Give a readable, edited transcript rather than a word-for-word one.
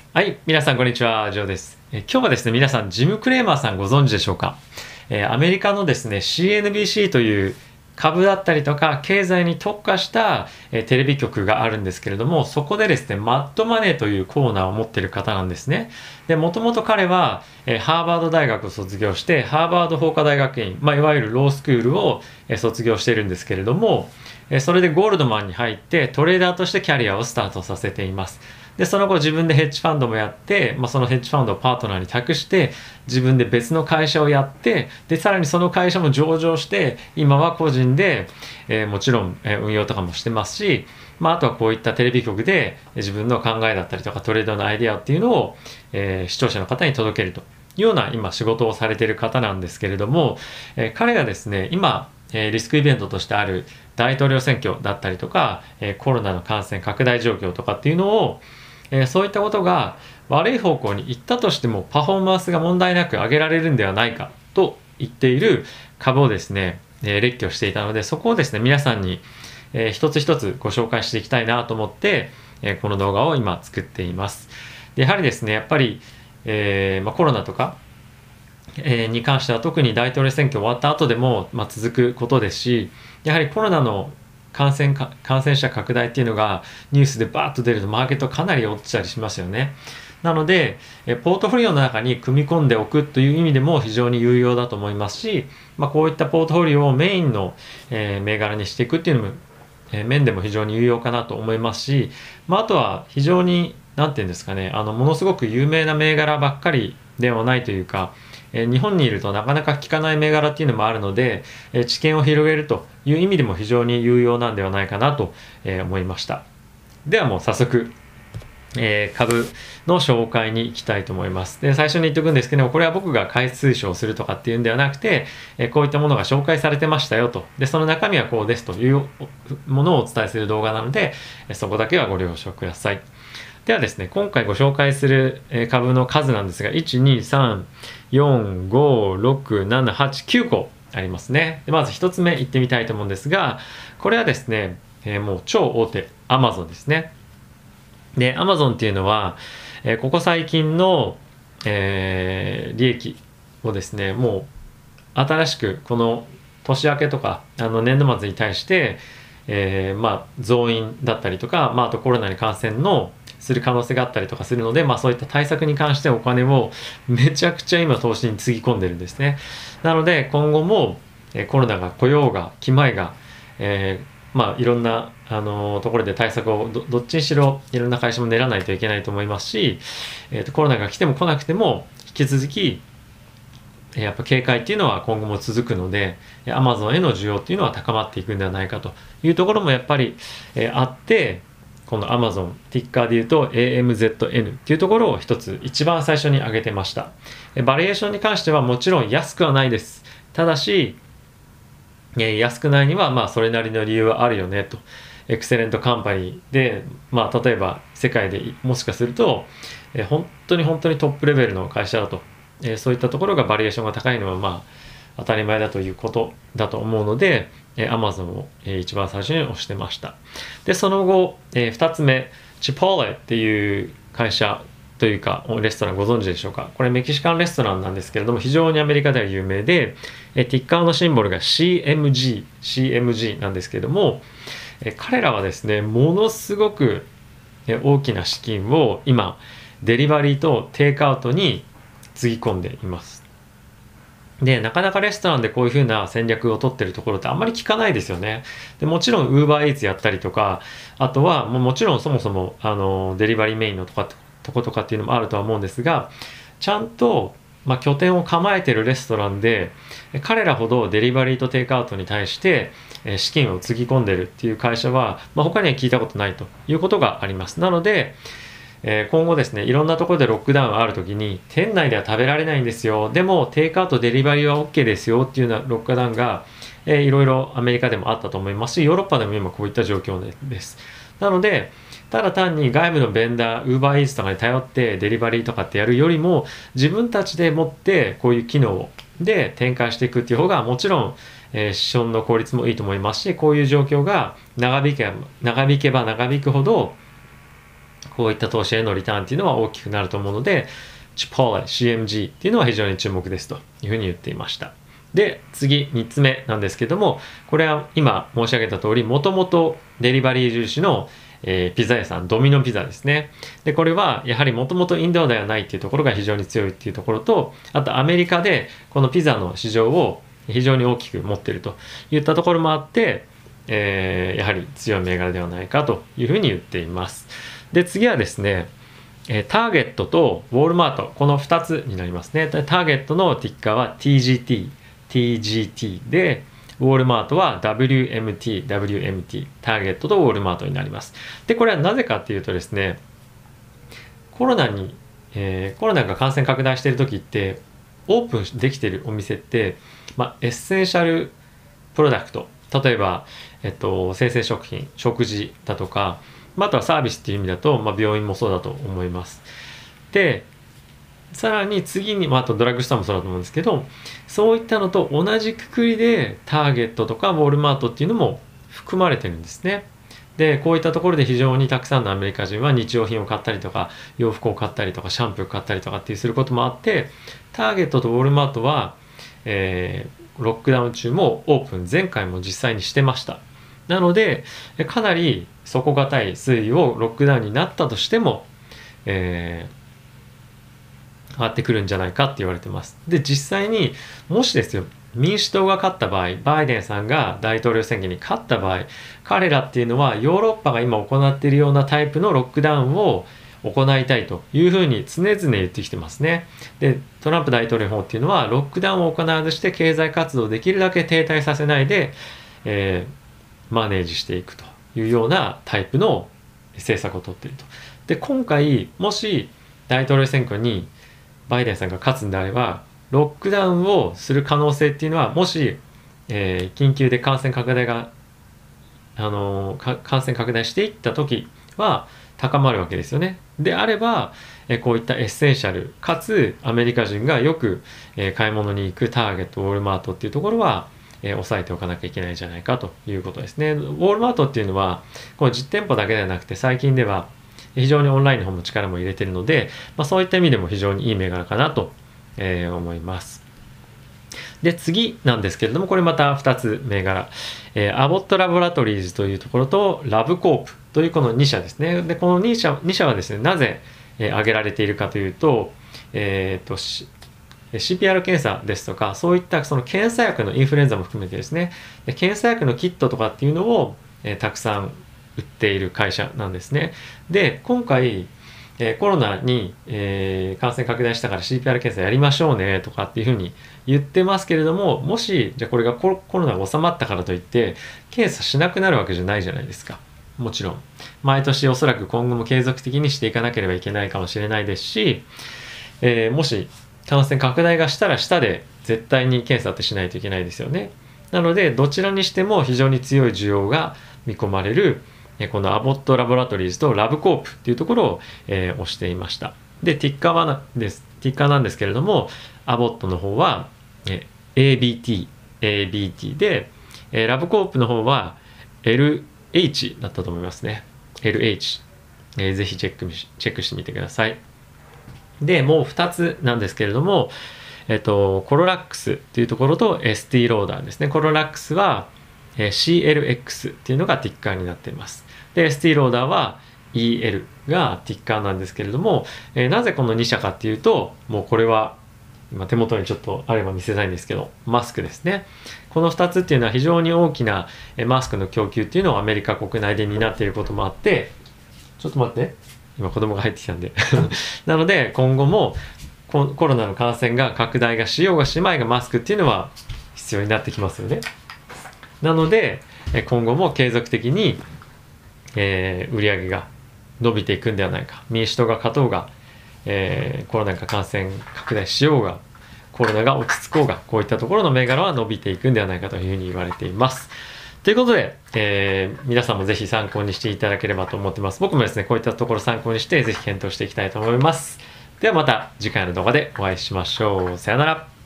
はい、皆さんこんにちは、ジョーです。今日はですね、皆さんジム・クレーマーさんご存知でしょうか。アメリカのですね、CNBC という株だったりとか経済に特化したテレビ局があるんですけれども、そこでですね、マッドマネーというコーナーを持っている方なんですね。で、もともと彼はハーバード大学を卒業して、ハーバード法科大学院、いわゆるロースクールを卒業しているんですけれども、それでゴールドマンに入ってトレーダーとしてキャリアをスタートさせています。で、その後自分でヘッジファンドもやって、そのヘッジファンドをパートナーに託して、自分で別の会社をやって、で、さらにその会社も上場して、今は個人で、もちろん、運用とかもしてますし、あとはこういったテレビ局で自分の考えだったりとかトレードのアイデアっていうのを、視聴者の方に届けるというような今仕事をされている方なんですけれども、彼がですね、今、リスクイベントとしてある大統領選挙だったりとか、コロナの感染拡大状況とかっていうのを、そういったことが悪い方向に行ったとしてもパフォーマンスが問題なく上げられるんではないかと言っている株をですね、列挙していたので、そこをですね皆さんに、一つ一つご紹介していきたいなと思って、この動画を今作っています。でやはりですねやっぱり、コロナとかに関しては特に大統領選挙終わった後でも、続くことですし、やはりコロナの感染者拡大っていうのがニュースでバーッと出るとマーケットかなり落ちたりしますよね。なのでポートフォリオの中に組み込んでおくという意味でも非常に有用だと思いますし、こういったポートフォリオをメインの銘柄にしていくっていうのも面でも非常に有用かなと思いますし、あとは非常に何て言うんですかね、ものすごく有名な銘柄ばっかりではないというか、日本にいるとなかなか聞かない銘柄っていうのもあるので、知見を広げるという意味でも非常に有用なんではないかなと思いました。ではもう早速、株の紹介に行きたいと思います。で、最初に言っておくんですけども、これは僕が買い推奨するとかっていうんではなくて、こういったものが紹介されてましたよと。で、その中身はこうですというものをお伝えする動画なので、そこだけはご了承ください。ではですね、今回ご紹介する株の数なんですが、1、2、3、4、5、6、7、8、9個ありますね。でまず1つ目いってみたいと思うんですが、これはですね、もう超大手 Amazon ですね。で、Amazon っていうのは、ここ最近の、利益をですね、もう新しくこの年明けとか年度末に対して、増員だったりとか、あとコロナに感染のする可能性があったりとかするので、そういった対策に関してお金をめちゃくちゃ今投資につぎ込んでるんですね。なので今後もコロナが来ようが来まいが、いろんなところで対策をどっちにしろいろんな会社も練らないといけないと思いますし、コロナが来ても来なくても引き続きやっぱ警戒っていうのは今後も続くので Amazon への需要っていうのは高まっていくんではないかというところもやっぱりあって、この Amazon ティッカーで言うと AMZN っていうところを一つ一番最初に挙げてました。バリエーションに関してはもちろん安くはないです。ただし安くないにはそれなりの理由はあるよねと。エクセレントカンパニーで、例えば世界でもしかすると本当に本当にトップレベルの会社だと、そういったところがバリエーションが高いのは当たり前だということだと思うので、Amazon を一番最初に押してました。でその後、2つ目チポーレっていう会社というかレストランご存知でしょうか。これメキシカンレストランなんですけれども、非常にアメリカでは有名で、ティッカーのシンボルが CMG なんですけれども、彼らはですねものすごく大きな資金を今デリバリーとテイクアウトにつぎ込んでいます。でなかなかレストランでこういう風な戦略を取ってるところってあんまり聞かないですよね。でもちろん UberEats やったりとか、あとはもちろんそもそもデリバリーメインのとことかっていうのもあるとは思うんですが、ちゃんと拠点を構えてるレストランで彼らほどデリバリーとテイクアウトに対して資金をつぎ込んでるっていう会社は、他には聞いたことないということがあります。なので今後ですねいろんなところでロックダウンある時に店内では食べられないんですよ、でもテイクアウトデリバリーは OK ですよっていうようなロックダウンがいろいろアメリカでもあったと思いますし、ヨーロッパでも今こういった状況です。なのでただ単に外部のベンダー UberEats とかに頼ってデリバリーとかってやるよりも、自分たちで持ってこういう機能で展開していくっていう方がもちろん資本の効率もいいと思いますし、こういう状況が長引けば長引くほどこういった投資へのリターンっていうのは大きくなると思うので、チポーレ CMG っていうのは非常に注目ですというふうに言っていました。で、次、3つ目なんですけども、これは今申し上げた通り、もともとデリバリー重視の、ピザ屋さん、ドミノピザですね。で、これはやはりもともとインドではないっていうところが非常に強いっていうところと、あとアメリカでこのピザの市場を非常に大きく持っているといったところもあって、やはり強い銘柄ではないかというふうに言っています。で、次はですね、ターゲットとウォールマート、この2つになりますね。ターゲットのティッカーは TGT で、ウォールマートは WMT、ターゲットとウォールマートになります。で、これはなぜかっていうとですね、コロナが感染拡大している時って、オープンできているお店って、エッセンシャルプロダクト、例えば、生鮮食品、食事だとか、あとはサービスっていう意味だと、病院もそうだと思います。で、さらに次に、あとドラッグストアもそうだと思うんですけど、そういったのと同じくくりでターゲットとかウォールマートっていうのも含まれてるんですね。で、こういったところで非常にたくさんのアメリカ人は日用品を買ったりとか、洋服を買ったりとか、シャンプーを買ったりとかっていうすることもあって、ターゲットとウォールマートは、ロックダウン中もオープン前回も実際にしてました。なので、かなり底堅い推移をロックダウンになったとしても、上がってくるんじゃないかって言われてます。で、実際にもしですよ、民主党が勝った場合、バイデンさんが大統領選挙に勝った場合、彼らっていうのはヨーロッパが今行っているようなタイプのロックダウンを行いたいというふうに常々言ってきてますね。で、トランプ大統領の方っていうのはロックダウンを行わずして経済活動をできるだけ停滞させないで、マネージしていくというようなタイプの政策をとっていると。で、今回もし大統領選挙にバイデンさんが勝つんであれば、ロックダウンをする可能性っていうのは、もし、緊急で感染拡大していった時は高まるわけですよね。であれば、こういったエッセンシャルかつアメリカ人がよく、買い物に行くターゲットウォールマートっていうところは、押さえておかなきゃいけないんじゃないかということですね。ウォールマートっていうのはこの実店舗だけではなくて、最近では非常にオンラインの方も力も入れているので、そういった意味でも非常にいい銘柄かなと、思います。で、次なんですけれども、これまた2つ銘柄、アボットラボラトリーズというところとラブコープというこの2社ですね。で、この2社はですね、なぜ、挙げられているかというと、CPR 検査ですとか、そういったその検査薬のインフルエンザも含めてですね、で検査薬のキットとかっていうのを、たくさん売っている会社なんですね。で、今回、コロナに、感染拡大したから CPR 検査やりましょうねとかっていうふうに言ってますけれども、もしじゃあこれがコロナが収まったからといって検査しなくなるわけじゃないじゃないですか。もちろん毎年おそらく今後も継続的にしていかなければいけないかもしれないですし、もし感染拡大がしたらしたで絶対に検査ってしないといけないですよね。なのでどちらにしても非常に強い需要が見込まれるこのアボットラボラトリーズとラブコープっていうところを、押していました。で、ティッカーなんですけれども、アボットの方は、ABT で、ラブコープの方は LH だったと思いますね。LH、ぜひチェックしてみてください。で、もう2つなんですけれども、コロラックスっていうところと ST ローダーですね。コロラックスはCLX っていうのがティッカーになっています。で、ST ローダーは EL がティッカーなんですけれども、なぜこの2社かっていうと、もうこれは今手元にちょっとあれば見せたいんですけど、マスクですね。この2つっていうのは非常に大きなマスクの供給っていうのをアメリカ国内で担っていることもあって、ちょっと待って、今子供が入ってきたんでなので今後もコロナの感染が拡大がしようがしまいがマスクっていうのは必要になってきますよね。なので今後も継続的に、売上が伸びていくんではないか。民主党が勝とうが、コロナが感染拡大しようが、コロナが落ち着こうが、こういったところの銘柄は伸びていくんではないかというふうに言われています。ということで、皆さんもぜひ参考にしていただければと思ってます。僕もですね、こういったところ参考にしてぜひ検討していきたいと思います。ではまた次回の動画でお会いしましょう。さよなら。